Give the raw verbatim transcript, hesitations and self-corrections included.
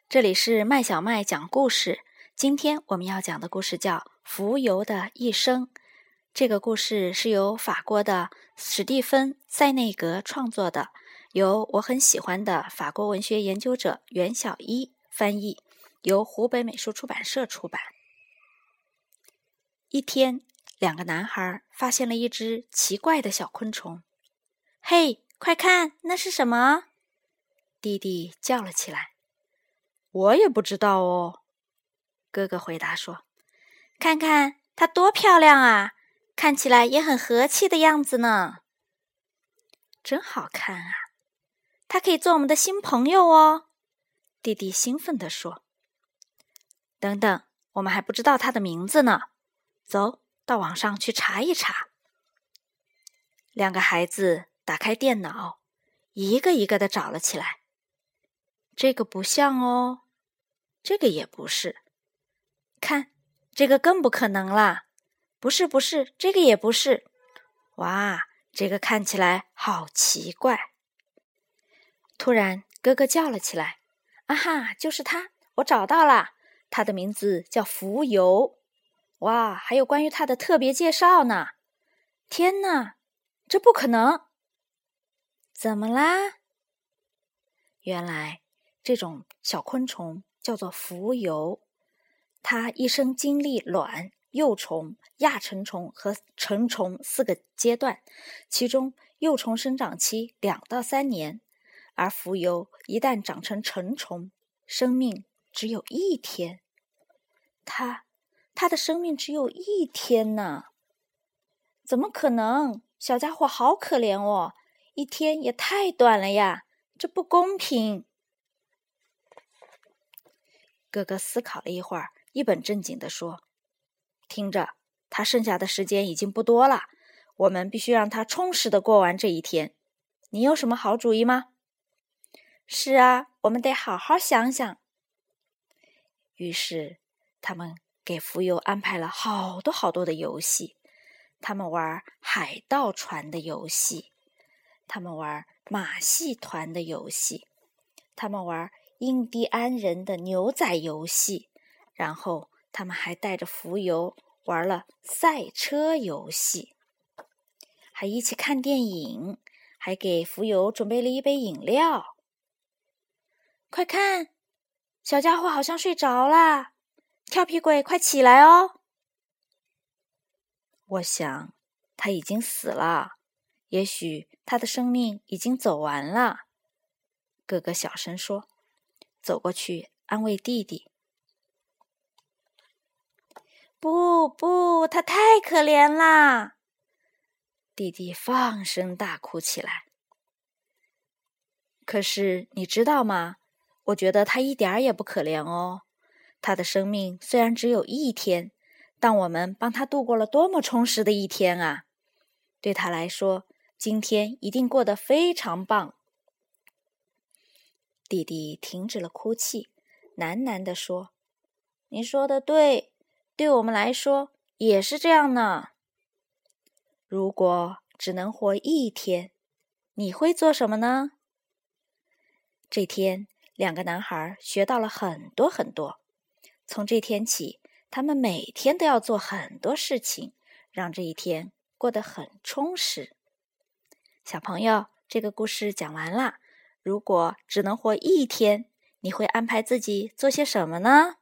这里是麦小麦讲故事。今天我们要讲的故事叫《浮游的一生》。这个故事是由法国的史蒂芬·塞内格创作的，由我很喜欢的法国文学研究者袁小一翻译，由湖北美术出版社出版。一天，两个男孩发现了一只奇怪的小昆虫。嘿，快看，那是什么？弟弟叫了起来。我也不知道哦，哥哥回答说。看看它多漂亮啊，看起来也很和气的样子呢。真好看啊，它可以做我们的新朋友哦，弟弟兴奋地说。等等，我们还不知道它的名字呢，走到网上去查一查。两个孩子打开电脑，一个一个地找了起来。这个不像哦，这个也不是。看，这个更不可能啦！不是不是，这个也不是。哇，这个看起来好奇怪。突然，哥哥叫了起来：啊哈，就是他，我找到了，他的名字叫浮游。哇，还有关于他的特别介绍呢！天哪，这不可能！怎么啦？原来这种小昆虫叫做浮游，它一生经历卵、幼虫、亚成虫和成虫四个阶段，其中幼虫生长期两到三年，而浮游一旦长成成虫，生命只有一天。它，它的生命只有一天呢？怎么可能？小家伙好可怜哦，一天也太短了呀，这不公平。哥哥思考了一会儿，一本正经地说：听着，他剩下的时间已经不多了，我们必须让他充实地过完这一天。你有什么好主意吗？是啊，我们得好好想想。于是他们给浮游安排了好多好多的游戏，他们玩海盗船的游戏，他们玩马戏团的游戏，他们玩印第安人的牛仔游戏，然后他们还带着浮游玩了赛车游戏，还一起看电影，还给浮游准备了一杯饮料。快看，小家伙好像睡着啦，调皮鬼，快起来哦！我想他已经死了，也许他的生命已经走完了。哥哥小声说，走过去安慰弟弟。不不，他太可怜啦！弟弟放声大哭起来。可是你知道吗？我觉得他一点儿也不可怜哦。他的生命虽然只有一天，但我们帮他度过了多么充实的一天啊！对他来说，今天一定过得非常棒。弟弟停止了哭泣，喃喃地说：你说的对，对我们来说也是这样呢。如果只能活一天，你会做什么呢？这天，两个男孩学到了很多很多。从这天起，他们每天都要做很多事情，让这一天过得很充实。小朋友，这个故事讲完了。如果只能活一天，你会安排自己做些什么呢？